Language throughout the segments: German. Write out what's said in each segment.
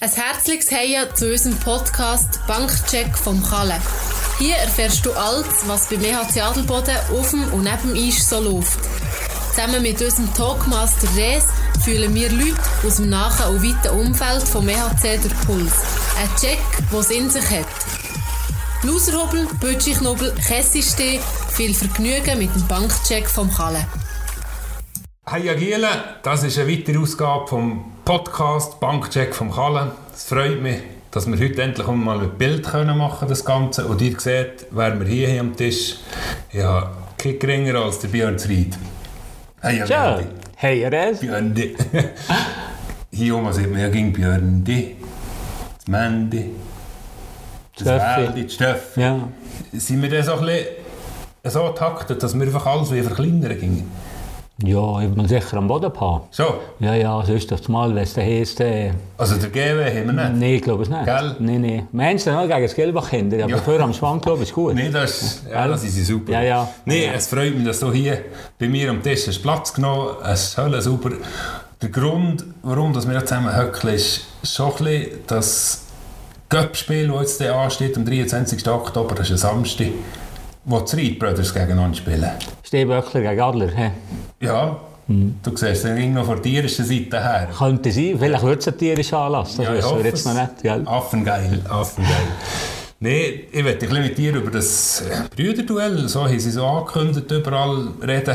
Ein herzliches Heia zu unserem Podcast Bankcheck vom Kalle. Hier erfährst du alles, was beim EHC Adelboden auf dem und neben dem Eis so läuft. Zusammen mit unserem Talkmaster Rees fühlen wir Leute aus dem nahen und weiten Umfeld vom EHC den Puls. Ein Check, der es in sich hat. Loserhobel, Bötschiknobel, Kessistee, viel Vergnügen mit dem Bankcheck vom Kalle. Heia Giele, das ist eine weitere Ausgabe vom Podcast Bankcheck vom Kalle. Es freut mich, dass wir heute endlich mal ein Bild machen können, das Ganze. Und ihr seht, wer wir hier am Tisch, ja, kein geringer als der Björn Zried. Heia Björn. Heia Res. Björn. Hier oben sieht man ja gegen Björn, das Mendi, das Weldi, das Stöffi. Ja. Sind wir dann so ein bisschen so getaktet, dass wir einfach alles wie verkleinern gingen? Ja, ich bin sicher am Boden haben. So? Ja, sonst das Mal, wenn es da heisst... Also der GW haben wir nicht? Nein, ich glaube es nicht. Gell? Nein. Meinst du noch gegen das Gelbach-Kinder? Aber vorher am Schwang, glaube ich, ist gut. Nein, das ist super. Ja. Nein, es freut mich, dass du hier bei mir am Tisch hast Platz genommen hast. Es ist völlig super. Der Grund, warum wir jetzt zusammen höckeln, ist schon ein bisschen das Cup-Spiel, das jetzt ansteht, am 23. Oktober, das ist ein Samstag, wo die Zried Brothers gegeneinander spielen. Stehböckler gegen Adler, he? Ja, du siehst den noch von der tierischen Seite her. Könnte sein, vielleicht wird es ein tierischer Anlass, das wissen wir jetzt noch nicht. Gell? Affengeil. Nein, ich möchte ein bisschen mit dir über das Brüderduell, so haben sie so angekündigt, überall reden.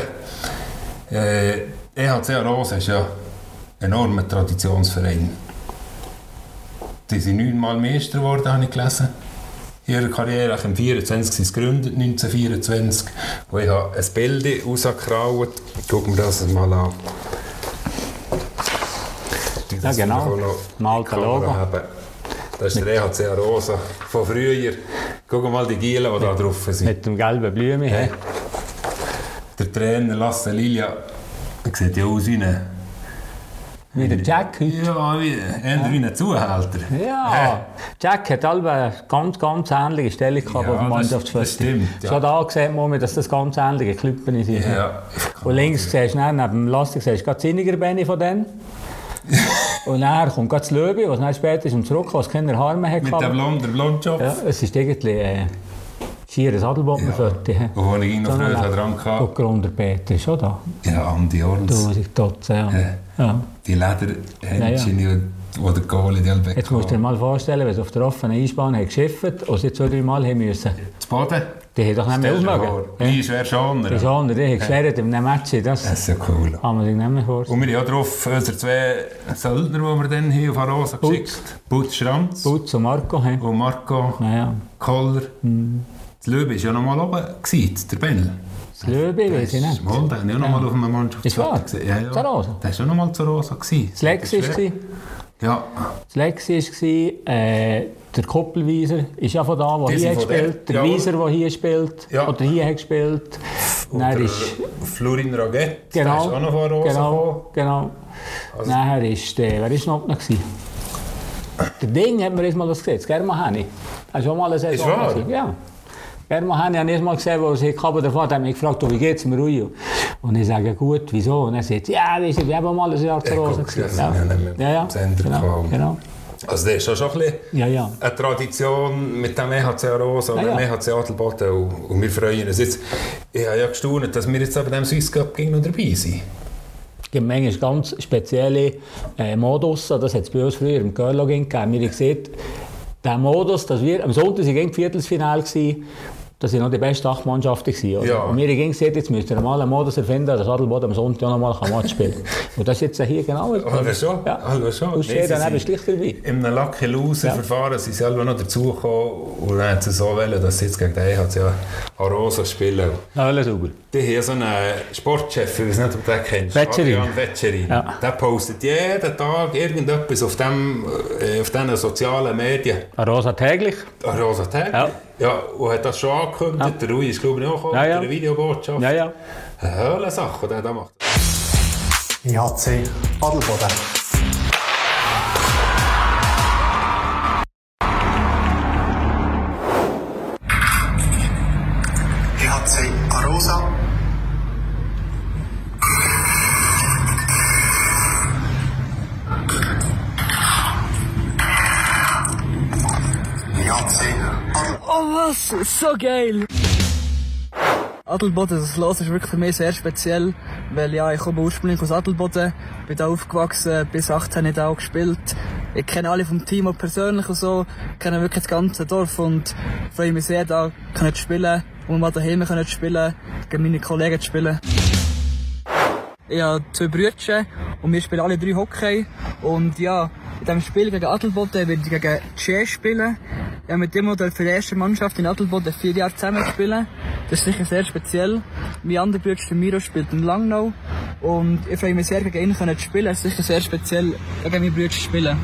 EHC Arosa ist ja ein enormer Traditionsverein. Die sind 9-mal Meister geworden, habe ich gelesen. In ihrer Karriere, im 24 sind sie gegründet, 1924. Und ich habe ein Bild rausgekraut. Gucken wir das mal an. Ja, genau. Mal das Logo. Das ist der EHC Arosa von früher. Guck mal die Gielen, die da drauf sind. Mit dem gelben Blümchen. Ja. Der Trainer Lasse Lilia, der sieht ja aus wie der Jack heute. Ja, wie ein Zuhälter. Ja, Jack hat alle ganz ähnliche Stellung gehabt auf dem Mannschaftsfoto. Das stimmt. Ja. Schon da sieht man, dass das ganz ähnliche Klüppen sind. Ja. Und links siehst du, neben dem Lastig, siehst du die Sinniger-Beine von denen. Und dann kommt das Löbi, was dann später ist zurück, was keine Haare mehr hatte. Mit dem Blondjob. Ja, es ist irgendwie schier ein Adelbodner-Foto. Ja. Wo ich ihn noch früher dran hatte. Und Grunder Peter ist schon da. Ja, Andi Orns. 1000 Totzen, ja. Die Lederhändchen, die der Goalie die Albeck. Jetzt musst du dir mal vorstellen, wenn sie auf der offenen Eisbahn geschifft und sie 2-3 Mal haben müssen. Zu Boden? Die haben doch nicht mehr aufmögen. Die ist schwer schoner. Die schoner, die haben geschwert in einem Match. Das ist ja cool. Kann man sich nicht mehr vorstellen. Und wir haben ja drauf unsere 2 Söldner, die wir dann hier auf Arosa geschickt haben. Butz Schranz. Butz und Marco. Und Marco. Koller. Das Löwe war ja noch mal oben, der Bell. Das Löwe, weiß ich nicht. Mal, der war ja noch mal auf einem Mannschaftsfoto. Ist wahr? Ja. Zur Rosa? Der war ja noch mal zur Rosa. Das Lexi war. Ja. Das Lexi war. Der Koppelweiser ist ja von da, der hier gespielt. Der Weiser, der hier spielt. Ja. Oder hier hat gespielt. Dann ist Florin Raguet. Genau. Der ist auch noch von Rosa. Genau. Also. Nachher ist wer war noch gewesen? Der Ding hat mir erst mal das gesehen. Das Germa Henni. Das ist auch mal eine Saison. Ist wahr? Ja. Germa Henni habe ich erst mal gesehen, als ich Kabel davon hat mich gefragt, wie geht es mir ruhig? Und ich sage, gut, wieso? Und er sagt, ja, ich habe mal ein Jahr zu Rosa gesehen. Ja. Genau. Also das ist schon ein bisschen eine Tradition mit dem EHC Arosa und dem EHC Adelboden. Und wir freuen uns jetzt. Ich habe ja gestaunt, dass wir jetzt bei diesem Swiss Cup noch dabei sind. Es gibt manchmal ganz spezielle Modus. Das hat es bei uns früher im Curling gegeben. Wir haben gesehen, der Modus, dass wir am Sonntag waren Viertelfinale, das waren noch die besten 8 Mannschaften. Ja. Und wir haben gesagt, jetzt müsst ihr mal einen Modus erfinden, dass Adelboden am Sonntag auch noch mal Match spielen kann. Und das ist jetzt hier genau. Also schon. Ja. Und dann bist du gleich dabei. In einem Lucky Loser-Verfahren sind sie selber noch dazugekommen und dann haben sie so wollen, dass sie jetzt gegen den EHC Arosa spielen. Ja, super. Die haben so einen Sportchef, ich weiß nicht, ob du den kennst. Adrian Vetscherin. Ja. Der postet jeden Tag irgendetwas auf diesen sozialen Medien. Arosa täglich. Arosa täglich? Ja, und hat das schon angekündigt. Ja. Der Rui ist, glaube ich, auch gekommen, mit einer Videobotschaft. Ja. Eine Höhlensache, die er da macht. EHC Adelboden. EHC Arosa. was? So geil! Adelboden, das Los ist wirklich für mich sehr speziell, weil ja, ich komme ursprünglich aus Adelboden, bin da aufgewachsen, bis 18 habe ich da auch gespielt. Ich kenne alle vom Team auch persönlich und so, kenne wirklich das ganze Dorf und freue mich sehr, da zu spielen und mal daheim zu spielen, gegen meine Kollegen zu spielen. Ich habe 2 Brüder und wir spielen alle 3 Hockey und ja, in diesem Spiel gegen Adelboden werde ich gegen Tschä spielen. Ich habe mit dem Modell für die erste Mannschaft in Adelboden 4 Jahre zusammen spielen. Das ist sicher sehr speziell. Mein anderer Bruder, der Miro, spielt in Langnau. Und ich freue mich sehr, gegen ihn zu spielen. Es ist sicher sehr speziell, gegen meine Brüder zu spielen.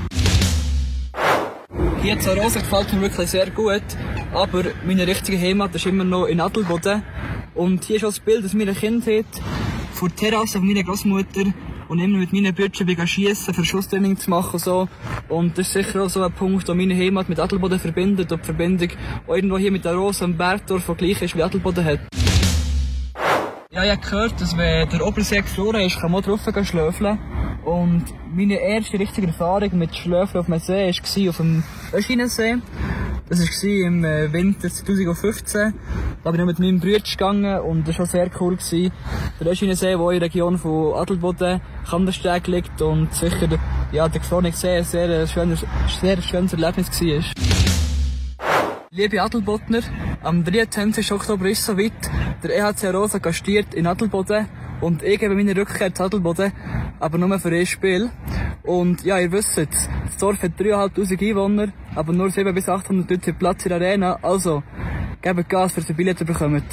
Hier zu Arosa gefällt mir wirklich sehr gut. Aber meine richtige Heimat ist immer noch in Adelboden. Und hier ist auch das Bild aus meiner Kindheit. Vor der Terrasse von meiner Großmutter. Und immer mit meinen Brüdern schiessen, für Schusstraining zu machen und so. Und das ist sicher auch so ein Punkt, der meine Heimat mit Adelboden verbindet und die Verbindung auch irgendwo hier mit Arosa und Bergdorf, der gleich ist wie Adelboden hat. Ja, ich habe gehört, dass wenn der Obersee gefroren ist, kann man drauf schlöfeln. Und meine erste richtige Erfahrung mit Schlöfeln auf dem See war auf dem Öschinensee. Das war im Winter 2015. Da bin ich mit meinem Bruder gegangen und das war sehr cool. Der Öschinensee, der in der Region von Adelboden, Kandersteg liegt und sicher ja, der gefrorene See ein sehr schönes Erlebnis war. Liebe Adelbodner, am 23. Oktober ist es soweit. Der EHC Arosa gastiert in Adelboden und ich gebe meine Rückkehr zu Adelboden, aber nur für ein Spiel. Und ja, ihr wisst, das Dorf hat 3'500 Einwohner, aber nur 700 bis 800 Leute Platz in der Arena. Also, gebt Gas, für die Billette bekommt.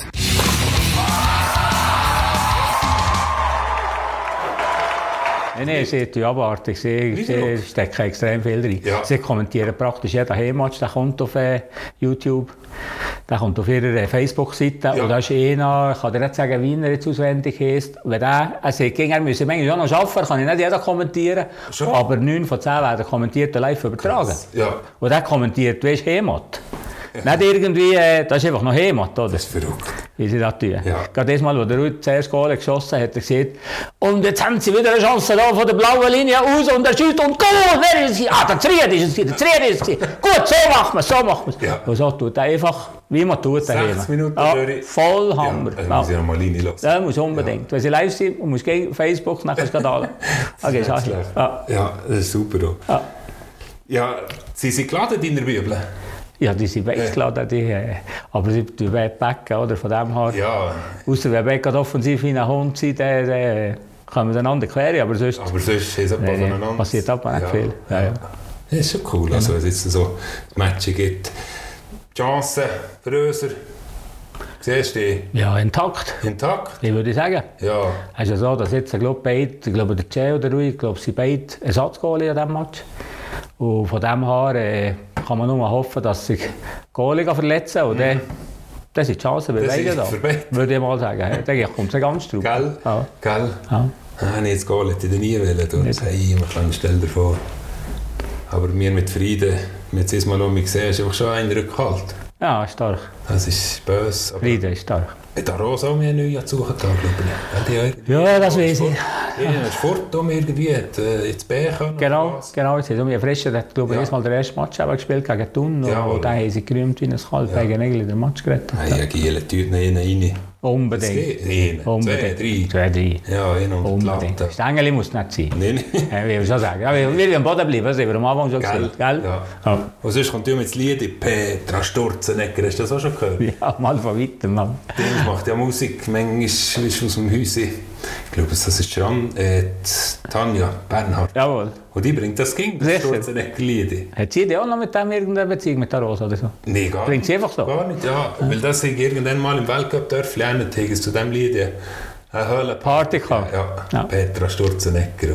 Nein, sie sind abartig. Sie stecken extrem viel drin. Ja. Sie kommentieren praktisch jeden Heimmatch. Der kommt auf YouTube. Der kommt auf ihrer Facebook-Seite. Ja. Und da ist einer, ich kann dir nicht sagen, wie er jetzt auswendig heisst. Wenn er müsse manchmal auch noch arbeiten, kann ich nicht jeder kommentieren. Schon? Aber 9 von 10 werden kommentiert und live übertragen. Ja. Und der kommentiert, wie ist Heimat? Nicht irgendwie, das ist einfach noch Heimat, oder? Das ist verrückt. Wie sie das tun. Ja. Gerade das Mal, wo der Ruud das erste Goal geschossen hat, hat er gesagt, und jetzt haben sie wieder eine Chance da von der blauen Linie aus und er schießt und Goal! Wer ist es? Ah, der Tried ist es, der Tried ist es. Gut, so machen wir es, so machen wir es. Ja. Und so tut er einfach, wie man tut. 6 Minuten ja, voll Hammer. Ja, muss ich noch mal Linie lassen. Ja, muss unbedingt. Ja. Wenn sie live sind und muss gegen Facebook, nachher ist es alle. Okay, ja, das ist super. Ja. Ja, sie sind geladen in der Bibel. Ja, die sind weggeladen, aber sie tun backen, oder? Von dem her. Ja. Ausser wenn Beck offensiv wie ein Hund sind, dann können wir einander queren, aber sonst ist es voneinander. Passiert aber nicht viel. Ja. Ja. Das ist schon cool, also, wenn es jetzt so Matches gibt. Die Chancen für uns, siehst du die? Ja, intakt. Intakt? Ich würde sagen. Ja. Es ist ja so, dass jetzt, ich glaube der Tschä oder Rui, sind beide Ersatzgoalie an diesem Match. Und von dem her kann man nur hoffen, dass sich Goalie verletzen und dann sind die Chancen bei beiden da. Würde ich mal sagen. Dann kommt es ganz drauf. Gell? Ja. Gell? Ja. Wenn ich jetzt Goal hätte ich nie wollen. Hey, man kann stellen davor. Aber wir mit Frieden, wir jetzt mal noch gesehen, ist einfach schon ein Rückhalt. Ja, stark. Das ist böse. Frieden ist stark. Hat Arosa auch mehr neue zugetan, glaube ich. Ja, das weiß ich. Ja, ist fort, irgendwie ins B können. Genau, jetzt haben sie mir Fresche, der hat glaube ich mal den ersten Match gespielt gegen Thun. Ja, und dann haben sie gerühmt wie ein Kalb, gegen eigentlich den Match gerettet. Ja, Giele tut rein. Unbedingt. 2, 3. Ja, unbedingt. Das Engeli muss nicht sein. Nein. Ich will schon sagen. Ja, wir will am Boden bleiben, das haben wir am Anfang schon gesagt. Gell? Ja. Und sonst kommt ja mit das Lied Petra Sturzenegger, hast du das auch schon gehört? Ja, mal von weitem. Der macht ja Musik, manchmal ist aus dem Häuschen. Ich glaube, das ist Tanja Bernhard. Jawohl. Und die bringt das Kind, das Sturzenegger-Lied. Hat sie die auch noch mit dem irgendeine Beziehung mit der Rosa oder so? Nein, gar nicht. Bringt sie einfach so? Gar nicht, ja. Weil das irgendwann mal im Weltcup lernen, haben zu diesem Lied eine Höhlenparty gehabt. Ja. Petra Sturzenegger.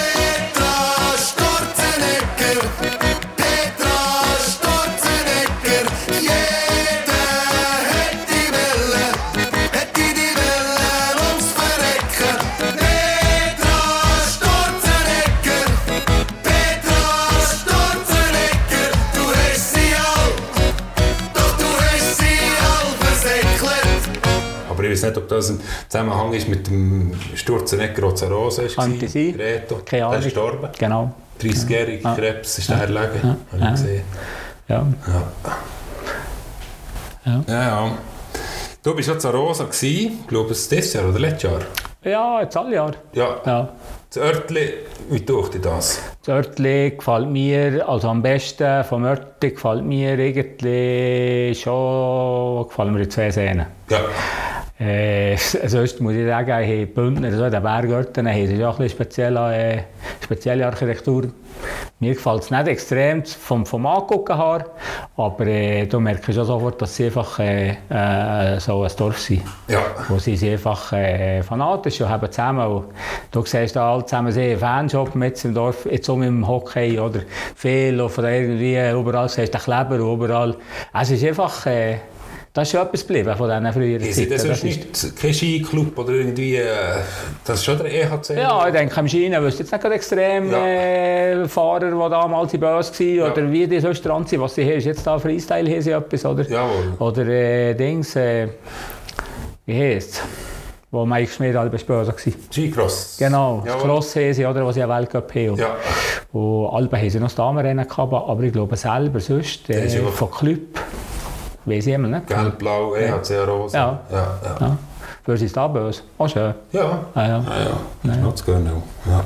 Ich weiß nicht, ob das im Zusammenhang ist mit dem Sturzenegger Rozarosa. Könnte sein. Reto. Der ist gestorben. Genau. 30-jährige Krebs ist der gelegen. Habe ich gesehen. Ja. Ja. Du bist ja zu Arosa gewesen, ich glaube es dieses Jahr oder letztes Jahr? Ja, jetzt alle Jahre. Ja. Das Örtli, wie tut dir das? Das Örtli gefällt mir, also am besten vom Örtli gefällt mir irgendwie schon, gefallen mir die 2 Seen. Ja. Sonst muss ich sagen, hey, Bündner, so in den Bergörtern, haben sie auch ein bisschen spezielle Architektur. Mir gefällt es nicht extrem vom Angucken her, aber du merkst schon sofort, dass sie einfach so ein Dorf sind. Ja. Wo sie sind einfach fanatisch und haben zusammen. Und du siehst da alle zusammen einen Fanshop mit im Dorf, jetzt mit dem Hockey oder viel, und von irgendwie überall siehst du den Kleber und überall. Es ist einfach... das ist schon etwas geblieben von diesen früheren Zeiten. Das ist nicht kein Skiclub oder irgendwie... das ist schon der EHC? Ja, ich denke, am Schienen wüsste jetzt nicht gerade extrem Fahrer, die damals böse waren, oder wie die sonst dran sind. Was sie haben, ist jetzt da Freestyle, haben sie etwas, oder? Jawohl. Oder Dings... wie heisst es? Wo Mike Schmidt alle böse war. Skicross. Genau, das Cross haben sie, oder, wo sie einen Weltcup haben. Ja. Und Alben haben sie noch das Damenrennen gehabt, aber ich glaube selber sonst von Club... Weiss ich immer nicht. Gelb-Blau, EHC Arosa. Ja. Für sie ist da böse. Auch schön. Ja. Das ist noch zu gönnen. Ja.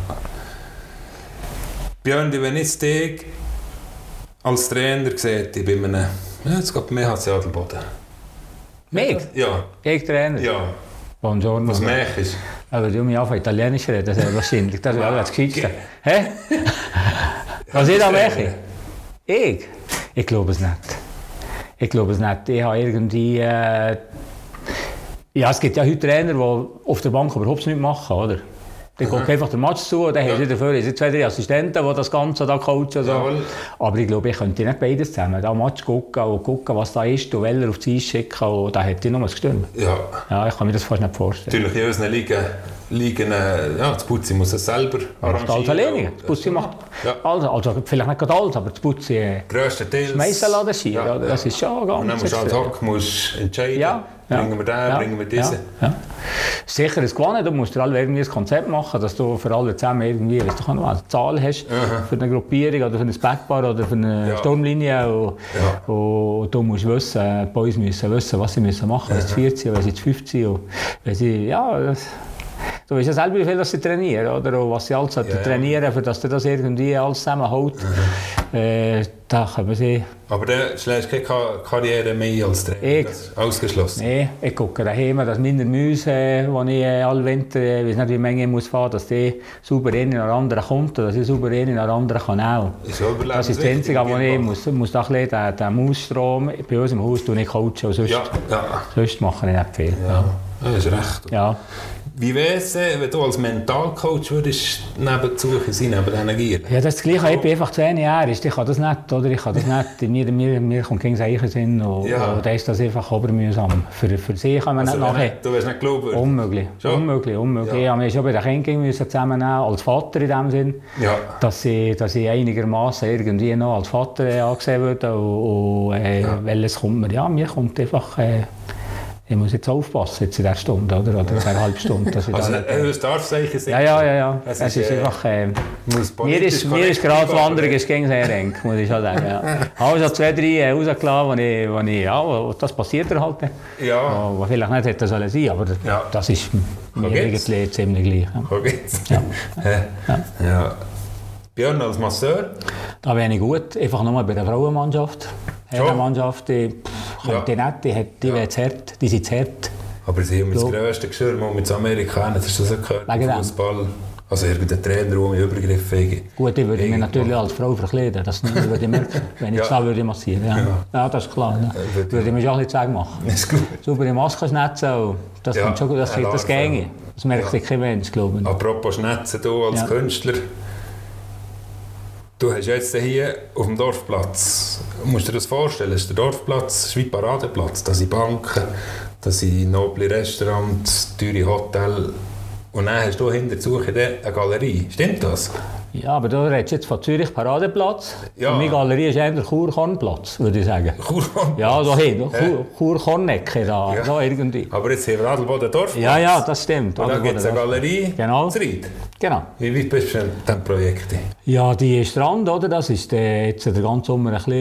Björn, wenn ich dich als Trainer sehe, ich bin einem... jetzt geht mir EHC Adelboden. Mich? Ja. Ich Trainer? Ja. Buongiorno. Was machst du? Aber du mich auf Italienisch reden, das ist wahrscheinlich. Das wäre das Gescheitste. Hä? Was ich da mache? Ich glaube es nicht. Ich habe irgendwie... ja, es gibt ja heute Trainer, die auf der Bank überhaupt nichts machen, oder? Die gucken einfach den Match zu und dann haben sie dafür 2-3 Assistenten, die das Ganze da coachen. So. Aber ich glaube, ich könnte nicht beides zusammen. Da Match gucken und gucken, was da ist und welcher auf die Eis schicken. Und da hätte ich noch was gestimmt. Ja, ich kann mir das fast nicht vorstellen. Natürlich in unseren Ligen das Putzi muss es selber arrangieren. Alles alleine. Das Putzi macht alles. Also vielleicht nicht gerade alles, aber das Putzi schmeißen lassen Ski. Ja. Das ist schon ganz... Und dann musst du als Hock entscheiden. Bringen wir den, bringen wir diesen. Ja. Sicher ist gewonnen, du musst dir alle irgendwie ein Konzept machen, dass du für alle zusammen irgendwie eine Zahl hast für eine Gruppierung oder für ein Backbar oder für eine Sturmlinie. Und du musst wissen, die Boys müssen wissen, was sie müssen machen, wenn sie zu 14, wenn sie zu 15 und wenn sie, du weißt ja selber, wie viel sie trainieren, oder? Und was sie alles trainieren, für dass du das irgendwie alles zusammenhält. Da können sie... Aber dann schlägst du keine Karriere mehr als Trainer? Das ist ausgeschlossen? Nein, ich gucke daheim, dass meine Mäuse, die ich alle Winter, ich weiß nicht, wie Menge muss fahren, dass die sauber in den anderen kommt und dass ich sauber in den anderen kann auch. Das ist das Einzige, was ich muss da ein bisschen den Mausstrom bei uns im Haus nicht coachen, und sonst mache ich nicht viel. Ja, das ist recht. Ja. Wie wäre es, wenn du als Mentalcoach würdest neben Suche sein, neben diesen Gieren? Ja, das ist das Gleiche. Ich bin einfach 10 Jahre. Ich kann das nicht, oder? Ich kann das nicht. Mir kommt kein Zeichen Sinn. Und da ist das einfach obermühsam. Für sie kann man nicht nachher. Du wirst nicht glauben? Unmöglich. Ja. Ich habe mich schon bei den Kindern zusammennehmen, als Vater in dem Sinn. Ja. Dass ich einigermaßen irgendwie noch als Vater angesehen würde. Weil es kommt mir kommt einfach... ich muss jetzt aufpassen jetzt in dieser Stunde, oder in dieser halben Stunde. Das darf sicher sein. Ja. Es ist einfach... mir ist gerade Wanderung gegen sehr eng, muss ich schon sagen. Ja. Ich habe so 2-3 rausgelassen, wo das passiert halt. Wo vielleicht nicht hätte sein sollen, aber das ist mir irgendwie ziemlich gleich. Ja. Björn, als Masseur? Da bin ich gut, einfach nur bei der Frauenmannschaft. Die Mannschaft, die wäre zu hart, die sind zu hart. Aber sie haben das grösste Geschirr mit den Amerikanern, hast du das gehört? Fußball. Also irgendein Trainer, der mich übergriffen hat. Gut, ich würde mich natürlich als Frau verkleiden, das würde ich merken, wenn ich das würde massieren. Ja, das ist klar. Würde ich mir schon ein bisschen zeigen machen. Ist gut. Saubere Maske schnetzen, das kommt schon gut, das ginge. Das merkt sich kein Mensch, glaube ich. Apropos Schnetzen, du als Künstler. Du hast jetzt hier auf dem Dorfplatz, musst du dir das vorstellen, ist der Dorfplatz ist wie Paradeplatz. Da sind Banken, da sind noble Restaurants, teure Hotels. Und dann hast du hinter der Suche eine Galerie. Stimmt das? Ja, aber du redest jetzt von Zürich Paradeplatz. Ja. Und meine Galerie ist eher der Chur-Kornplatz, würde ich sagen. Chur-Kornplatz? Ja, da hin. Chur-Kornecke, da irgendwie. Aber jetzt haben wir Adelboden Dorfplatz. Ja, das stimmt. Und dann gibt es eine Galerie zu Ried. Genau. Wie weit bist du in diesem Projekt? Ja, die ist dran, oder? Das ist jetzt der ganze Sommer ein bisschen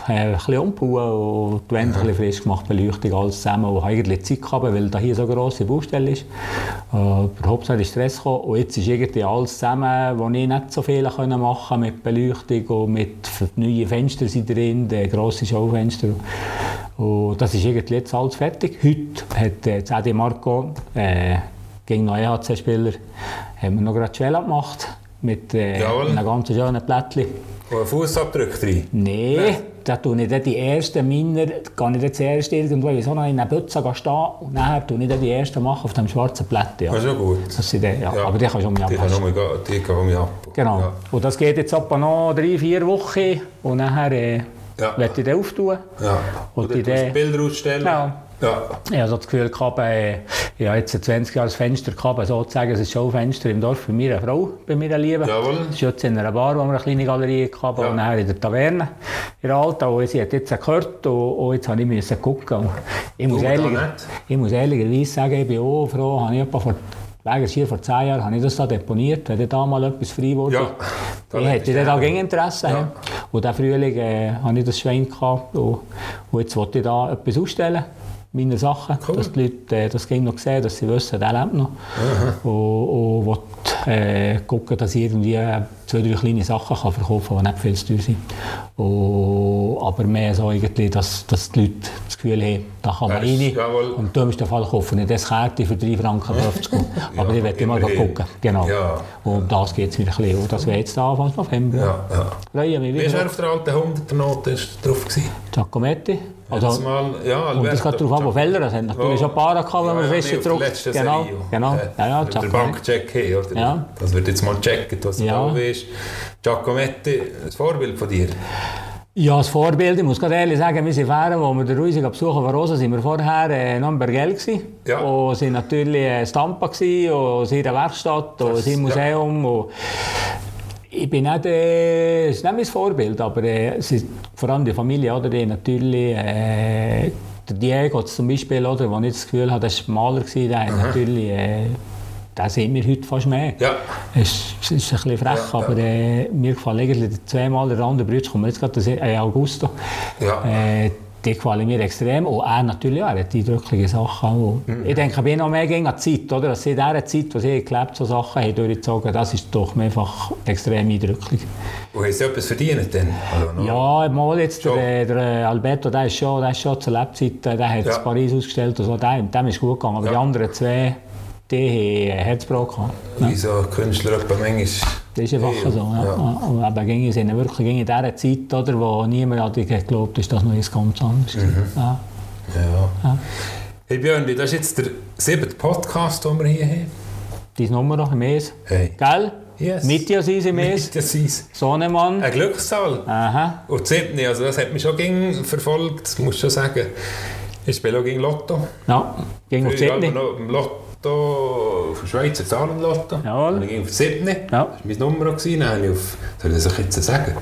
ein bisschen umbauen und die Wände ein bisschen frisch gemacht, Beleuchtung, alles zusammen. Und eigentlich Zeit gehabt, weil da hier so eine grosse Baustelle ist. Überhaupt nicht in Stress gekommen. Und jetzt ist irgendwie alles zusammen, wo ich nicht so viel machen konnte, mit Beleuchtung und mit neuen Fenstern sind drin, grosse Schaufenster. Und das ist irgendwie jetzt alles fertig. Heute hat CD Marco, gegen einen EHC-Spieler, haben wir noch gerade Schwelle gemacht. Mit einem ganz schönen Plättchen. Und einen Fußabdruck drin? Nein, da tue ich dann die ersten Miner, gehe ich dann zuerst irgendwo in einer Bütze stehen und nachher tue ich dann die ersten machen auf dem schwarzen Plättchen. Ja. Das ist ja gut. Das sind die, ja. Aber die kannst du um mich abwaschen. Die kann um mich ab. Genau. Ja. Und das geht jetzt etwa noch 3-4 Wochen und nachher werde ich den auftun. Ja. Und du musst Bilder ausstellen. Ja. Ja. Ich habe so das Gefühl gehabt, ich habe jetzt 20 Jahre das Fenster gehabt, sozusagen, es ist schon ein Fenster im Dorf bei meiner Frau, bei meiner Liebe. Jawohl. Das ist jetzt in einer Bar, wo wir eine kleine Galerie hatten, und nachher in der Taverne, in der Alta, und sie hat jetzt gehört und jetzt musste ich gucken. Ich muss ehrlicherweise sagen, ich bin auch froh, habe ich etwa vor 10 Jahren habe ich das da deponiert, wenn da mal etwas frei wurde. Ja, ich hätte da gegen Interesse. Ja. Und diesen Frühling hatte ich das Schwein gehabt, und jetzt wollte ich da etwas ausstellen. Meine Sachen, cool. Dass die Leute das noch sehen, dass sie wissen, der lebt noch. Und will gucken, dass ich irgendwie 2-3 kleine Sachen kann verkaufen kann, die nicht viel zu teuer sind. Aber mehr so irgendwie, dass die Leute das Gefühl haben, da kann man rein. Und im dümmsten Fall kaufe ich das Kärtchen für 3,50 Franken. Aber ich werde immer gucken. Genau. Ja. Und das geht es mir ein bisschen. Und das wäre jetzt Anfang November. Ja. Freue mich wieder. Wie war auf der alten 100er-Note drauf? Giacometti. Also, und das geht darauf an, wo Fälle das haben. Natürlich schon ein paar gehabt, wenn man fest gedruckt. Genau. Der Bankcheck hier, oder? Ja. Das wird jetzt mal checken, was du da bist. Giacometti, ein Vorbild von dir? Ja, das Vorbild, ich muss ganz ehrlich sagen, wir sind Fähren, wo wir den Ruisiger besuchen von Rosa, sind wir vorher noch in Bergell gewesen. Ja. Und sind natürlich Stampa gewesen, und in der Werkstatt, und sein Museum. Und ich bin nicht, es ist nicht mein Vorbild, aber es ist vor allem die Familie, oder, die natürlich, der Diego zum Beispiel, oder, wo ich das Gefühl habe, das war Maler, der hat natürlich, den sehen wir heute fast mehr. Ja. Es ist ein bisschen frech, aber mir gefallen eigentlich zweimal der andere Brüder, kommen jetzt gerade Augusto. Ja. Die gefallen mir extrem. Und er natürlich auch, er hat eindrückliche Sachen. Ich denke, ich bin noch mehr an die Zeit, oder? Dass sie in dieser Zeit, wo sie gelebt so Sachen haben durchgezogen, das ist doch mehrfach extrem eindrücklich. Und haben Sie etwas verdient denn? Also ja, mal jetzt der Alberto, der ist schon zur Lebzeit, der hat in Paris ausgestellt und so, dem ist gut gegangen. Aber die anderen zwei, die haben Herzbruch gehabt. Wie so Künstler etwa manchmal. Das ist einfach so. Ja. Und eben sind wirklich in dieser Zeit, oder, wo niemand an dich geglaubt ist, dass noch etwas ganz anderes ist. Ja. Hey Björn, das ist jetzt der 7. Podcast, den wir hier haben. Deine Nummer noch im Mes. Hey. Gell? Yes. Mitjasis im Mes. Sohnemann. Eine Glückszahl. Aha. Und die 7. Also das hat mich schon verfolgt, das muss ich schon sagen. Ich spiele auch gegen Lotto. Ja, gegen die 7. Lotto, Schweizer Zahlenlotto. Jawohl. Ich ging auf die 7. Ja. Das war meine Nummer. Dann habe ich auf, soll ich das jetzt sagen?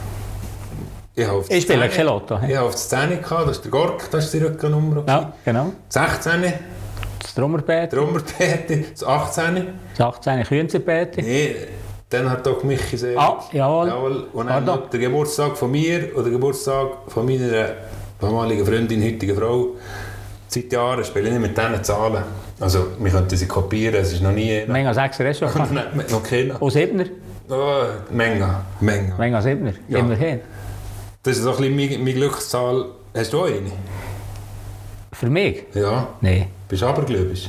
Ich spiele kein Lotto. Ich habe auf die 10 gehabt, das ist der Gork, das ist die Rückennummer. Ja, genau. 16. Das Trommerpeter. Das 18. Das 18. Künzerpeter. Nee, dann hat auch Michi sehr. Jawohl. Und dann noch der Geburtstag von mir oder der Geburtstag von meiner damaligen Freundin, heutigen Frau. Seit Jahren spiele ich nicht mit diesen Zahlen. Also, wir könnten sie kopieren, es ist noch nie... Menga 6er ist schon. Noch keiner. Und 7er? Oh, Menga. Menga 7er, ja. Immerhin. Das ist so ein bisschen meine Glückszahl. Hast du auch eine? Für mich? Ja. Nein. Bist du abergläubisch?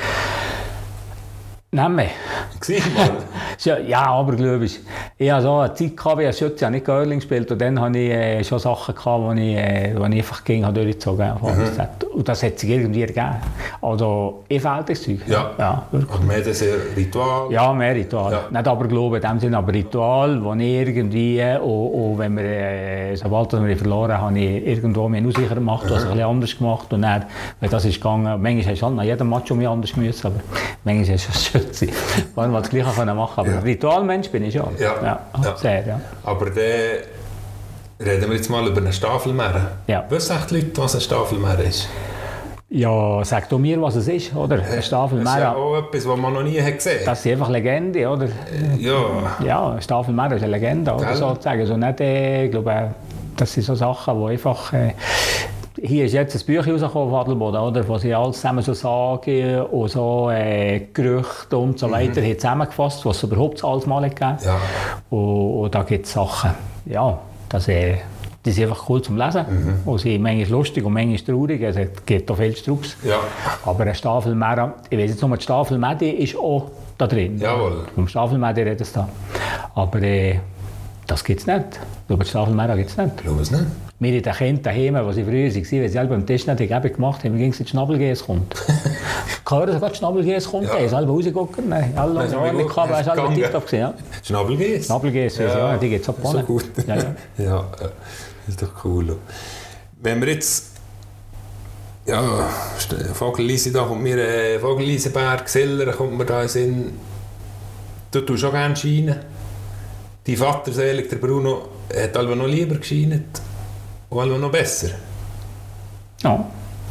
Nein mehr. Ja, abergläubisch. Ich hatte so eine Zeit, ich habe nicht Girling gespielt und dann hatte ich schon Sachen, die ich einfach durchgezogen habe. Und das hat sich irgendwie ergeben. Also, ich fehlt das Zeug. Ja, wirklich. Und mehr das Ritual? Ja, mehr Ritual. Ja. Nicht Aberglauben in dem Sinne, aber Ritual, wo ich irgendwie, und wenn wir, sobald wir verloren haben, habe ich irgendwo mich unsicher gemacht, was ein bisschen anders gemacht. Und dann, wenn das ist gegangen, manchmal hast du nach jedem Match mich anders müssen, aber manchmal ist es schön gewesen. Man wollte das Gleiche machen können. Aber Ritualmensch bin ich schon. Ja. Sehr, ja. Aber dann reden wir jetzt mal über eine Staffelmeere. Ja. Wissen die Leute, was eine Staffelmeere ist? Ja, sag du mir, was es ist, oder? Eine Staffelmeere. Das ist ja auch etwas, was man noch nie gesehen hat. Das ist einfach Legende, oder? Ja. Ja, eine Staffelmeere ist eine Legende, oder? Sozusagen. Also nicht, ich glaube, das sind so Sachen, die einfach... hier ist jetzt ein Büchlein rausgekommen auf Adelboden, oder, wo sie alles zusammen so sagen und so Gerüchte und so weiter haben zusammengefasst, was es überhaupt alles mal gegeben hat. Ja. Und da gibt es Sachen, ja, die sind einfach cool zum Lesen. Und sind manchmal lustig und manchmal traurig. Also, es gibt auch viel Strubs. Ja. Aber eine Stafelmäher, ich weiß jetzt nur, die Stafelmädi ist auch da drin. Jawohl. Vom Stafelmädi redet es da. Aber das gibt es nicht. Über die Stafelmäher gibt es nicht. Ich glaube es nicht. Wir in den Kindern daheim, als sie früher waren, wenn sie selber am Tisch nicht gegeben gemacht haben, ging es in die Schnabelgäse kommt. Gehört sogar die Schnabelgäse kommt, ja. Selber rausgeguckt, nein, alle in Ordnung gehabt, aber selber TikTok gesehen. Ja. Schnabelgäse? Schnabelgäse, ja, die gibt es auch so gut. Ja, ja. Ja, das ist doch cool. Wenn wir jetzt... Ja, Vogelliese, da kommt mir Vogelliseberg, Siller, kommt mir da in den Sinn. Du tust auch gerne scheinen. Dein Vater, selig, der Bruno, hat alle noch lieber gescheint. Und alle noch besser. Ja.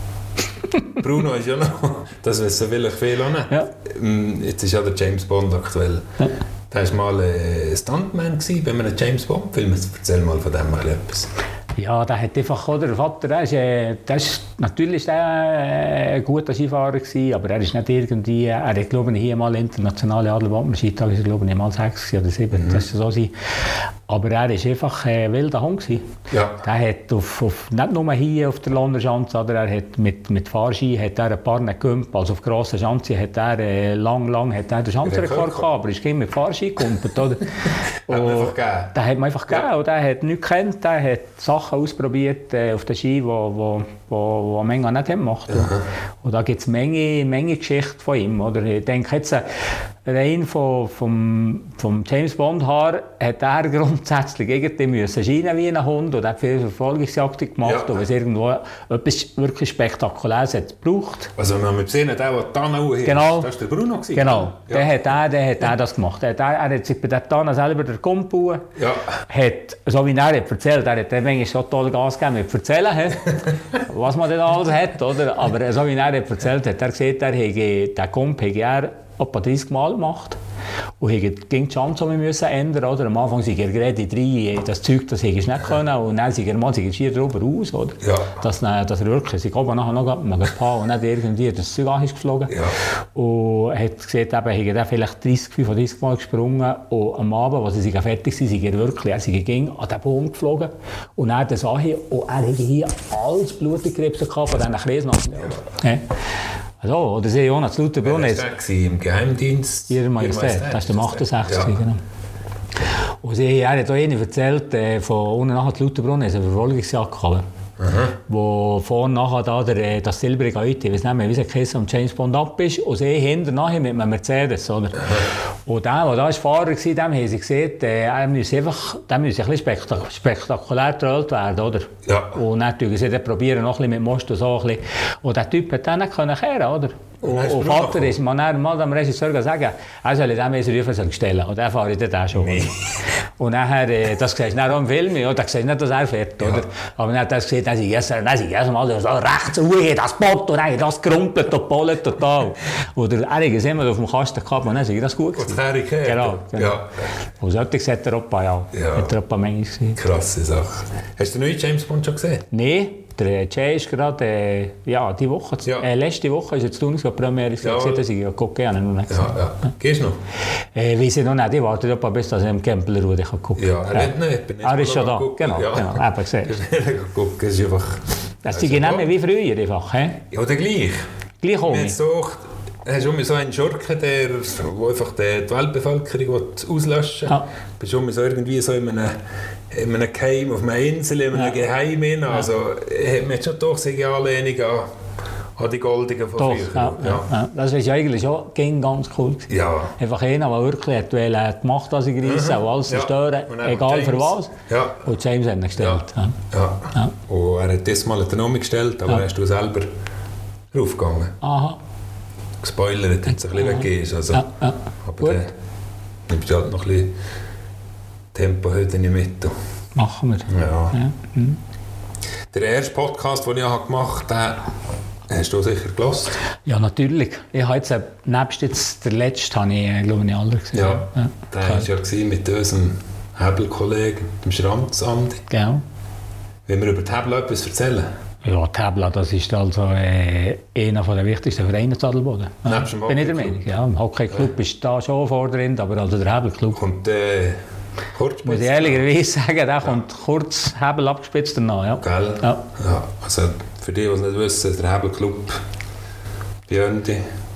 Bruno ist ja noch, das wissen vielleicht viele auch nicht. Ja. Jetzt ist ja der James Bond aktuell. Ja. Der war mal Stuntman bei einem James Bond-Film. Erzähl mal von dem etwas. Ja, der hat einfach, oder, der Vater, natürlich war er ein guter Skifahrer gewesen, aber er ist nicht irgendwie, er hat, glaube ich, hier mal internationale Adelbodner-Skitag, ist er, glaube ich, mal 6 oder 7, das ist so sein. Aber er war einfach ein wilder Hund gewesen. Ja. Der hat nicht nur hier auf der Lonner Schanze, oder er hat mit Fahrski hat er ein paar nicht gekumpelt, also auf grosser Schanze hat er lang hat er den Schanzenrekord gehabt, aber ist mit Fahrski gekumpelt, oder? Den hat man einfach gegeben, und der hat nichts gekannt, der hat Sachen ausprobiert auf den Ski, die Menge nicht gemacht haben. Und da gibt es Menge Geschichten von ihm, oder? Ich denke jetzt, rein vom James Bond her hat er grundsätzlich irgendwie müssen scheinen wie ein Hund und hat viele Verfolgungsjagden gemacht, ja. Und wenn es irgendwo etwas wirklich Spektakuläres hat gebraucht. Also wenn wir sehen, der Tana hier, genau. Das war der Bruno gewesen. Genau, ja. Der hat das gemacht. Er hat sich bei der Tana selber den Kump gebaut, ja. Hat, so wie er hat erzählt, er hat manchmal so toll Gas gegeben mit Erzählen, was man denn alles hat, oder? Aber so wie er hat erzählt, hat er gesehen, den Kump hat er etwa 30 Mal gemacht. Und ging die Chance, die wir ändern mussten. Am Anfang sind er gerade in das Zeug, das hätte ich nicht können. Und dann sind er schier drüber raus. Oder? Ja. Dass er wirklich, sie kommen nachher noch ein paar und nicht irgendwie das Zeug an ist geflogen. Ja. Und er hat gesehen, er hätte vielleicht 35 Mal gesprungen. Und am Abend, als sie fertig waren, sind er wirklich an den Baum geflogen. Und er hat das an und er hatte hier alles Blutkrebs von diesen Kreisnasen. Ja. Also, oder sie auch noch zu Lauterbrunnen. Wer war der im Geheimdienst? Ihre Majestät, das war der 68. Ja. Genau. Und er hat auch ihnen erzählt, von unten nachher zu Lauterbrunnen ist eine Verfolgungsjagd gekommen. Wo vorne nachher da das silbrige Auto, ich weiß nicht mehr, wie es geheißen, James Bond ab ist, und sie hinter nachher mit einem Mercedes, oder? Und der da Fahrer war, dem haben sie gesehen, der müsse ein bisschen spektakulär getrollt werden, oder? Ja. Und dann sie probieren noch ein bisschen mit Most und so ein bisschen. Und der Typ hat dann nicht kehren, oder? Und Vater ist mal dem Regisseur gesagt, er soll dem Rufen stellen. Und dann fahre ich dann schon. Nee. Und nachher, das siehst du dann auch im Film, ja, da siehst du nicht, dass er fährt, oder? Aber dann hat er gesehen, dann ist erst mal so rechts ruhig, das Bot und das gerumpelt und pollet total. Oder er hat gesehen, auf dem Kasten gehabt, und dann ist das gut gewesen. Genau. Ja. Und solches hat er auch hat er manchmal gesehen. Krasse Sache. Hast du den neuen James Bond schon gesehen? Nein. Der Jay ist gerade, die Woche, letzte Woche ist jetzt die Premiere, dass ich gucke, ich noch nicht gesehen. Ja. Gehst du noch? Weiss ich noch nicht, ich warte bis er im Campbell-Ruhe gucken kann. Ja, er hat nicht. Er ist schon da, genau, eben gesehen. Gucken, ist einfach... Das ist nicht mehr wie früher einfach, he? Ja, oder gleich. Gleich auch nicht. Hast du so einen Schurken, der einfach die Weltbevölkerung auslöschen will? Ja. Bist du so irgendwie so in einem Geheim, auf einer Insel, in einem Geheim hin. Also, man hat schon doch eine Anlehnung an die Goldigen von früher. Ja. Das war eigentlich schon ganz cool. Ja. Einfach einer, der wirklich die Macht an sich reissen und alles zerstören, egal für was. Ja. Und James hat ihn gestellt. Ja. Und er hat das mal eine Nummer gestellt, aber hast du selber draufgegangen. Aha. Gespoilert, wenn es ein bisschen weggehst. Also, aber gut. Nimmst du halt noch ein bisschen Tempo heute in die Mitte. Machen wir. Ja. Der erste Podcast, den ich gemacht habe, hast du sicher gehört? Ja, natürlich. Ich habe jetzt, nebst jetzt der letzte, habe ich, glaube ich, alle gesehen. Ja, der war ja mit unserem Hebelkollegen, dem Schranz Andi. Genau. Wenn wir über Tabla etwas erzählen? Ja, Tabla, das ist also einer der wichtigsten Vereine in Adelboden. Ja, bin ich der Meinung. Ja, im Hockeyclub ist da schon vorderend, aber also der Hebelclub. Und kurz muss ich ehrlicherweise sagen, der kommt kurz Hebel abgespitzt danach. Ja. Gell? Ja. Ja, also für die, die es nicht wissen, der Hebelclub, Björndi,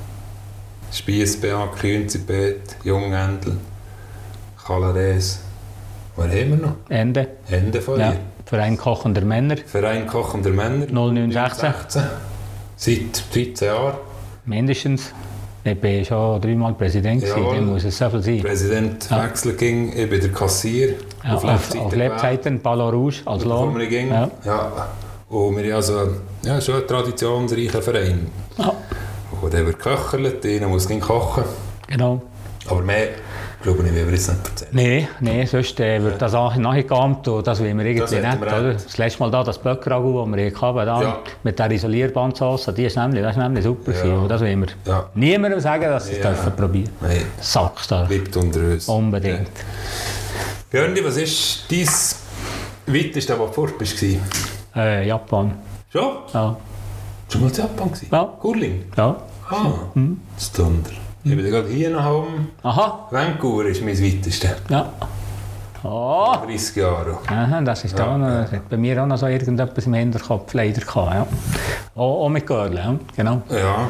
Spiessberg, Grünzibet, Jungendl, Kalares. Was haben wir noch? Ende. Ende von dir. Verein Kochender Männer. Verein Kochender Männer. 0916. Seit 13 Jahren. Mindestens. Ich war schon 3-mal Präsident, dann muss es so viel sein. Präsident Wechsel ging, ich bin der Kassier. Ja, auf Lebzeiten, Ballon Rouge als Lohn. Ja. Und wir haben schon ein traditionsreicher Verein. Ja. Und der wird geköchelt, einer muss kochen. Genau. Aber mehr, glaube ich, will wir jetzt nicht erzählen. Nein, sonst wird das nachgeahmt und das wollen wir irgendwie nicht. Oder? Das letzte Mal da, das Böckragu, das wir hatten, mit der Isolierbandsoße, das war nämlich super. Ja. Und das wollen wir niemandem sagen, dass sie es probieren dürfen. Nein. Sag's da. Bleibt unter uns. Unbedingt. Ja. Björndi, was ist dein weiteste, wo du fort bist? Japan. Schon? Ja. Schon mal in Japan gewesen? Ja. Kurling? Ja. Das ist Wunder. Ich bin gerade hier nach Hause. Aha. Vancouver ist mein weiteste. Ja. Oh. 30 Jahre. Aha, das ist da noch. Das hat bei mir auch noch so irgendetwas im Hinterkopf leider gehabt. Ja. Auch mit Görle, ja. Genau. Ja.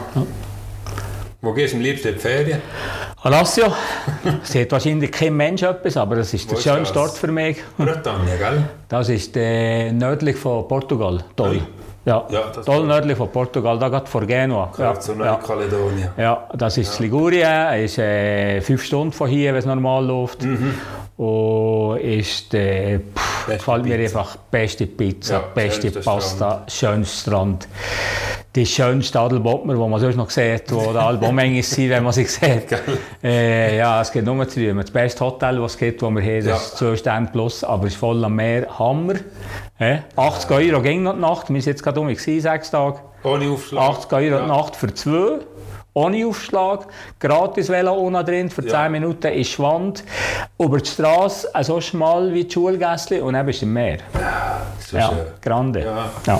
Wo gehst du am liebsten in die Ferien? Alassio. Sieht wahrscheinlich kein Mensch etwas, aber das ist der schönste Ort für mich. Bretagne, gell? Das ist nördlich von Portugal. Toll. Ja, toll nördlich von Portugal, da geht vor Genua. Ja, zu Neukaledonien. Ja, das ist Ligurien, ist 5 Stunden von hier, wenn es normal läuft. Und ist gefällt mir einfach beste Pizza, beste Pasta, schönster Strand. Die schönste Adelbodner, die man sonst noch sieht, wo der Albumenge sind, wenn man sie sieht. Ja, es geht nur zu rühmen. Das beste Hotel, das es gibt, das wir haben, das ist 2 Sterne plus, aber es ist voll am Meer. Hammer. 80 € ging noch die Nacht. Wir waren jetzt gerade 6 Tage. Ohne Aufschlag. 80 € die Nacht für 2. Ohne Aufschlag. Gratis Velo ohne drin, für 10 Minuten ist Schwand. Über die Straße, so schmal wie die Schulgässli und dann bist du im Meer. So schön. Grande. Ja.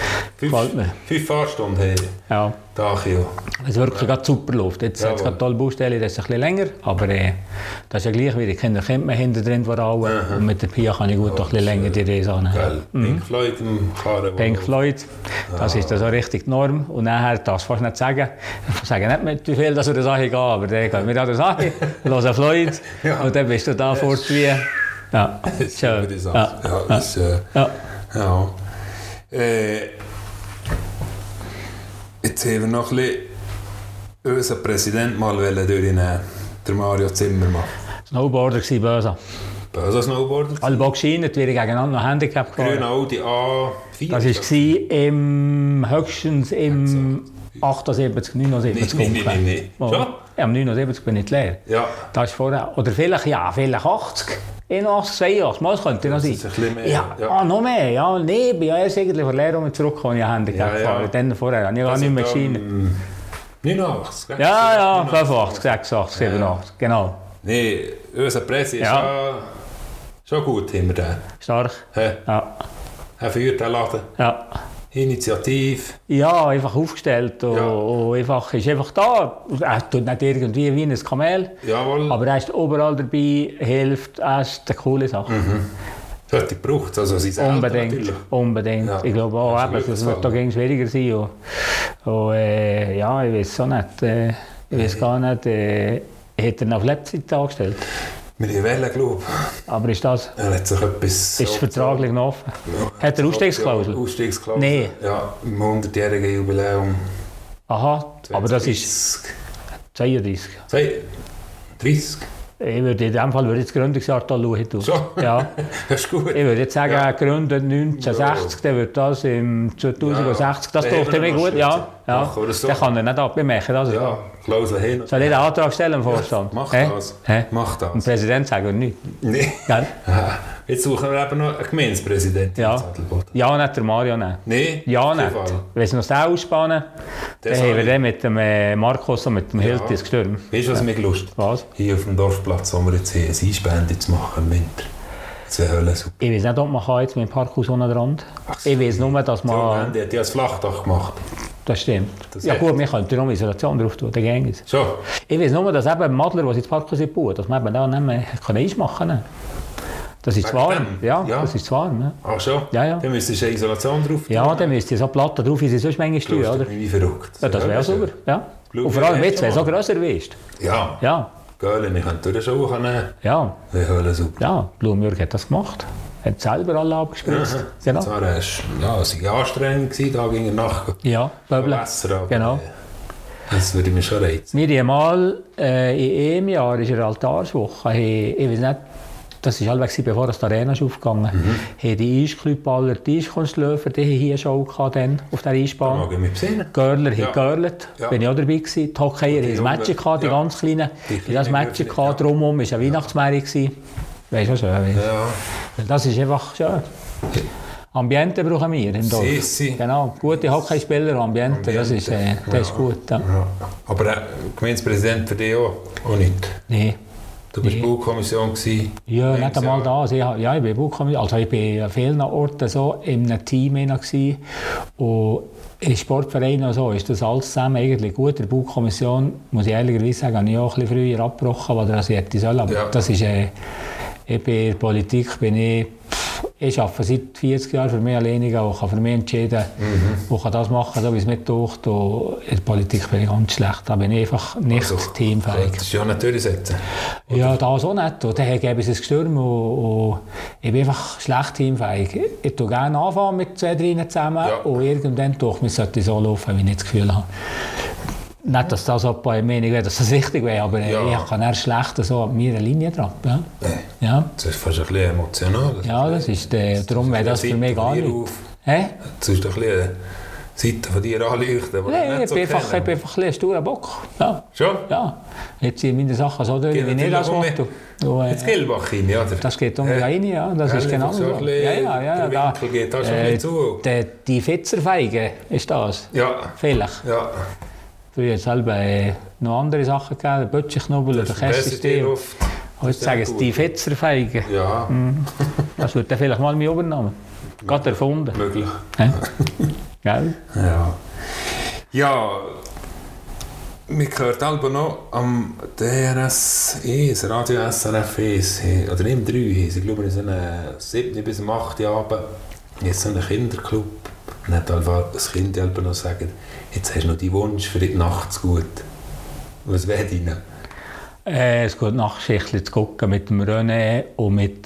5 Fahrstunden haben wir. Ja. Dachio. Es wirklich super Luft. Jetzt hat es gerade tolle Baustelle, das ist ein bisschen länger, aber das ist ja gleich wie die Kinder kennt man hinten drin vor allem. Und mit der Pia kann ich gut noch ein bisschen länger die Reise annehmen. Pink Floyd im Karren. Pink Floyd, das ist so richtig die Norm. Und nachher darfst du fast nicht sagen, ich sage nicht mit wie viel, dass wir das Sache gehen, aber dann gehen wir an der Sache, hören Floyd und dann bist du da fort wie... Ja, schön. Ja, das ist... Ja. Jetzt haben wir noch ein bisschen unseren Präsidenten mal durchnehmen, der Mario Zimmermann. Snowboarder war böse. Böse Snowboarder? Alle geschient, wir gegeneinander noch Handicap gefahren. Grün Audi A4? Das war höchstens im 78, 79 Nein. Schon? Ja, im 79 bin ich leer. Ja. Das ist vorher, oder vielleicht 80. 81, 82, mal könnte noch sein. Das ist ein bisschen mehr. Ja. Noch mehr. Ja, nee, ich bin ja erst eigentlich von der Lehre zurückgekommen, ich habe Handicap gefahren. Dann vorher habe ich gar nicht mehr geschienen. 89, gell? Ja, 85, 86, 87, genau. Nee, unser Presse ist schon gut, haben wir den. Stark. Ja. Er führt den Laden. Ja. Initiativ. Ja, einfach aufgestellt und einfach, ist einfach da. Er tut nicht irgendwie wie ein Kamel, aber er ist überall dabei, hilft, er ist eine coole Sache. Sollte gebraucht, also sie selber natürlich. Unbedingt. Ja. Ich glaube auch, das wird da schwieriger sein. Und ich weiß auch nicht, ich weiß gar nicht, hat er auf Lebzeit angestellt? Wir haben Wellen, glaube ich. Aber ist das? Er hat sich etwas... Ist vertraglich noch offen? Ja. Hat er Ausstiegsklausel? Ausstiegsklausel. Nein. Ja, im 100-jährigen Jubiläum. Aha, 20, aber das ist 32. 30? Ich würde in dem Fall das Gründungsjahr schauen. So? Ja. Das ist gut. Ich würde jetzt sagen, gegründet 1960, dann wird das im 2060. Das dürfte mir gut, ja. Dann kann er nicht abbemerken. Ja, Klausel hin. Soll ich einen Antrag stellen im Vorstand? Mach das. Mach das. Ein Präsident sagt nicht. Nein. Jetzt suchen wir eben noch einen Gemeindepräsidenten. Ja, nicht der Mario. Nein, ja, nicht. Wenn sie noch den ausspannen, dann haben wir den mit dem Markus und mit dem Hiltis gestürmt. Weißt du, was mich Lust? Was? Hier auf dem Dorfplatz, wo wir jetzt hier ein Einspende zu machen im Winter. Das wäre super. Ich weiß nicht, ob man jetzt mit dem Parkhaus unten dran. Ich weiß nur, dass man... Die hat ja das Flachdach gemacht. Das stimmt. Das ja hat- gut, wir könnten noch Isolation drauf tun, dann ging es. Schon? Ich weiß nur, dass eben Madler, die ins Parkhaus bauen, dass man eben da nicht mehr Eis machen kann. Das ist zu Wegen warm. dem? Ja, Ja. das ist zu warm. Ja, Ach schon? Ja, ja. Dann müsstest du eine Isolation drauf tun. ja dann müsst ihr so Platten drauf, wie sie sonst manchmal tun, Schaust oder? du wie verrückt. Ja, das wäre super. Ja. Schau, Und vor allem wie jetzt, wenn hast es du so grösser wirst. Ja. Ja, Geil, ich könnte durch den Schuh nehmen. ja, Wäre super. ja. Blumjörg hat das gemacht. Hat selber alle abgespritzt. Genau. Das war es war anstrengend, gewesen, da ging er nach. Ja, Böbeln. Wasser, aber, Genau. Das würde mich schon reizen. Wir haben mal in einem Jahr, ist eine Altarswoche, ich weiß nicht, das war allweg, bevor die Arena ist aufgegangen, haben die Eisklüballer, die Eiskunstlöfer, die haben hier eine Show gehabt, dann, auf der Da Eisbahn. mag ich mich besinnen. Görler Ja. haben gegörlet, Ja. bin ich auch dabei gewesen. Die Hockeyer haben ein Match gehabt, die Ja. ganz Kleinen. Die Die das Kleinen Match dürfen gehabt, nicht, ja. drumherum war eine Weihnachtsmärkte gewesen. Weißt du, schön. Ja. Das ist einfach schön. Ambiente brauchen wir im Dorf. Sissi. Genau, gute Hockeyspieler, Ambiente, das ist gut. Ja. Ja. Aber Gemeindepräsident für dich auch nicht. Nee. Du warst Nee. Baukommission gewesen. Ja, nicht Längst einmal Jahr. da. Also ich bin Baukommission, also ich bin an vielen Orten so in einem Team gewesen. Und in Sportvereinen und so ist das alles zusammen eigentlich gut. In der Baukommission, muss ich ehrlicherweise sagen, habe ich auch ein bisschen früher abgebrochen, was ich hätte sollen. Aber Ja. das ist, ich bin in der Politik bin ich arbeite seit 40 Jahren für mich alleine und kann für mich entscheiden, wo kann das machen, so wie es mir taugt. Und in der Politik bin ich ganz schlecht. Da bin ich einfach nicht teamfähig. Das ist ja nicht durchsetzen. Ja, das auch nicht. Und dann gebe ich es gestürmt und ich bin einfach schlecht teamfähig. Ich tue gerne anfangen mit 2, 3 zusammen Ja. und irgendwann durch mich sollte so laufen, wie ich das Gefühl habe. Nicht, dass das auch bei Meinung wäre, dass das wichtig wäre, aber Ja. ich kann eher schlecht so an meiner Linie dran. Ja. Nee. Ja. Das ist fast ein bisschen emotional. Ja, das ist darum wäre das für mich gar nicht. Hä? Das ist doch ein bisschen eine Seite von dir anleuchten, die Nein, nicht ich so bin einfach kennen. ein bisschen ein sturer Bock. Ja. Schon? Ja. Jetzt sind meine Sachen so durch, Geht wie ich natürlich das um mache. Und, Ins Gilbach rein, oder? Das geht um die rein, ja. Das Ja, ist genau so so. ein bisschen- der Winkel geht da schon ein bisschen zu. Die Fitzerfeige ist das. Ja. Vielleicht. Ja. Früher hat es selber noch andere Sachen gegeben, den Böttchenknubbel oder Käsestil. Luft. Heute sagen es die Fitzerfeige. Ja, Das wird dann vielleicht mal mein Übernahme. Gerade erfunden. möglich. Hä? Gell? Ja. Ja, mir gehört aber noch am DRS 1, Radio SRF 1, oder im 3, ich glaube, in so einem 7 bis 8 Abend, jetzt so einen Kinderclub, und hat einfach das Kind noch sagen, jetzt hast du noch die Wunsch für die Nacht zu gut. Was wäre deine? Es geht Nachtschichtchen zu gucken mit dem René und mit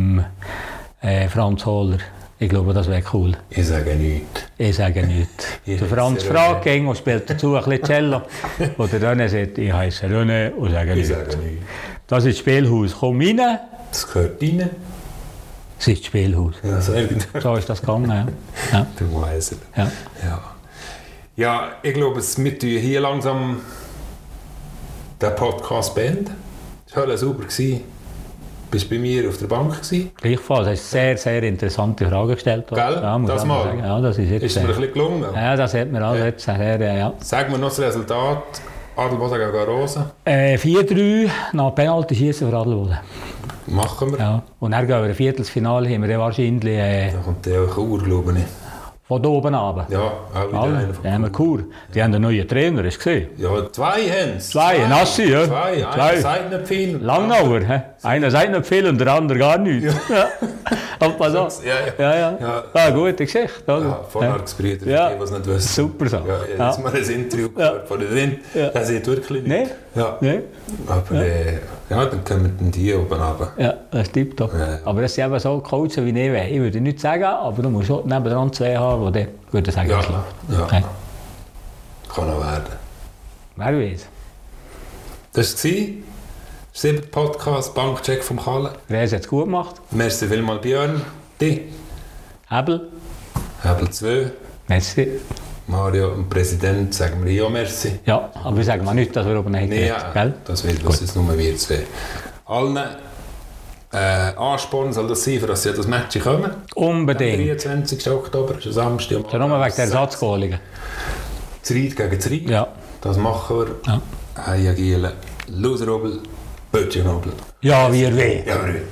Franz Hohler. Ich glaube, das wäre cool. Ich sage nichts. Ich sage nichts. Ich Der Franz heisse fragt ging und spielt dazu ein bisschen Cello. Und der René sagt, ich heiße René und sage Ich nichts. sage nichts. Das ist das Spielhaus. Komm rein. Das gehört rein. Das ist das Spielhaus. Ja, sehr gut. So ist das gegangen. Ja. Ja. Du weißt es. Ja. Ja. Ja, ich glaube, wir tun hier langsam den Podcast beenden. Es war super. Du bist bei mir auf der Bank gewesen. Gleichfalls, du hast sehr, sehr interessante Fragen gestellt. Gell? Ja, muss Das ich mal. sagen. Ja, das ist jetzt, Ist mir ein bisschen gelungen. ja, das hat mir alles jetzt sehr, ja. Sag mir noch das Resultat. Adelboden gegen Arosa. 4-3 nach Penalty schießen für Adelboden. Machen wir. Ja. Und dann gehen wir ein Viertelfinale, haben wir dann wahrscheinlich Da kommt der Chur, glaube ich. von da oben runter. Ja, auch wieder Alle. einer von Ja, haben wir Chur. Die haben einen neuen Trainer, hast du gesehen? Ja, 2 haben es. Zwei, Nassi, ja. Zwei. Einer Zwei. sagt nicht viel. Langnauer, hä? Einer sagt nicht viel und der andere gar nichts. Ja. Aber pass auf. Ja, Ja, ja. Ja. Ah, gute Geschichte, oder? Ja, Vormarksbrüder, Ja. die es nicht wissen. Super so. Ja, ich habe jetzt mal ein Interview gehört von denen. Ja. Der sieht wirklich nicht. Nee? Ja. Nee? Aber ja, dann kommen dann die oben runter. Ja, das ist tipptopp. Ja. Aber das sind eben so Coaches wie ich wäre. Ich würde nicht sagen, aber du musst schon nebendran 2 haben, die würden sagen, Ja, es läuft. ja. Okay. Kann auch werden. Wer weiß. Das war der 7. Podcast Bankcheck vom Kalle. Wer es jetzt gut gemacht? Merci vielmals Björn. Die. Hebel? Hebel 2. Merci. Mario und Präsident sagen wir ja merci. Ja, aber wir sagen mal nicht, dass wir oben nicht Nee, geredet, ja, gell? das wird das jetzt nur wir zwei. Allen Ansporn soll das sein, für dass sie an das Match kommen. Am Unbedingt. 23. Oktober, ist ein Samstag. Schon nur wegen der Ersatzgoaligen. Zried gegen Zried. Ja. Das machen wir. Ja. Heia Giele, Loserobel, Böttchenobel. Ja, wir weh. Ja, wir.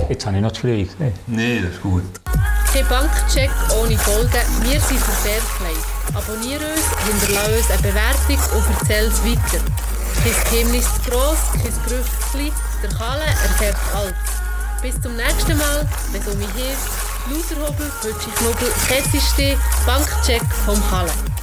Jetzt habe ich noch zu früh gesehen. Nein, das ist gut. Kein Bankcheck ohne Folgen. Wir sind für Fairplay. Abonniere uns, hinterlasse uns eine Bewertung und erzähl es weiter. Kein Geheimnis zu gross, kein Gerücht zu klein. Der Kalle erfährt alles. Bis zum nächsten Mal, wenn es um mich hilft. Loserhobel, Pötschi Knubbel, Kessistee, Bankcheck vom Kalle.